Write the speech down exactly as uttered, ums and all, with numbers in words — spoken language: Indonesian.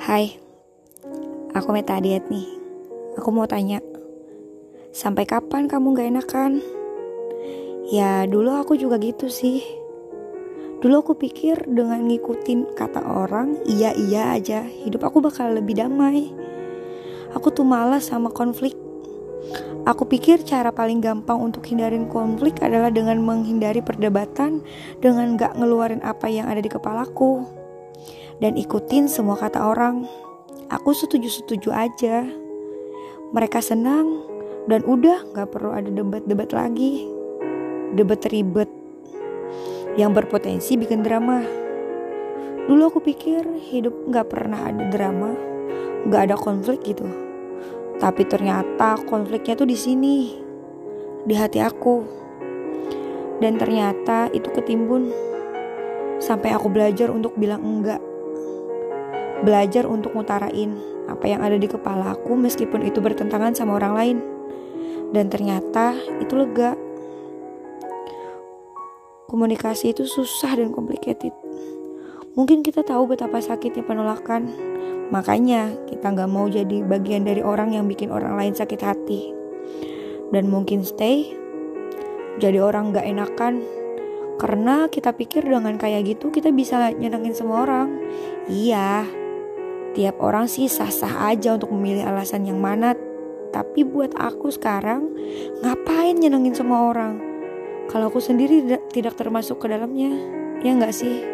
Hai, aku Meta Diet nih. Aku mau tanya, sampai kapan kamu gak enakan? Ya dulu aku juga gitu sih. Dulu aku pikir dengan ngikutin kata orang, iya-iya aja, hidup aku bakal lebih damai. Aku tuh malas sama konflik. Aku pikir cara paling gampang untuk hindarin konflik adalah dengan menghindari perdebatan, dengan gak ngeluarin apa yang ada di kepalaku, dan ikutin semua kata orang. Aku setuju-setuju aja. Mereka senang, dan udah gak perlu ada debat-debat lagi. Debat ribet yang berpotensi bikin drama. Dulu aku pikir hidup gak pernah ada drama, gak ada konflik gitu. Tapi ternyata konfliknya tuh di sini, di hati aku. Dan ternyata itu ketimbun sampai aku belajar untuk bilang enggak. Belajar untuk ngutarain apa yang ada di kepala aku meskipun itu bertentangan sama orang lain. Dan ternyata itu lega. Komunikasi itu susah dan complicated. Mungkin kita tahu betapa sakitnya penolakan. Makanya kita gak mau jadi bagian dari orang yang bikin orang lain sakit hati. Dan mungkin stay jadi orang gak enakan, karena kita pikir dengan kayak gitu kita bisa nyenengin semua orang. Iya, tiap orang sih sah-sah aja untuk memilih alasan yang mana. Tapi buat aku sekarang, ngapain nyenengin semua orang kalau aku sendiri tidak termasuk ke dalamnya? Ya gak sih?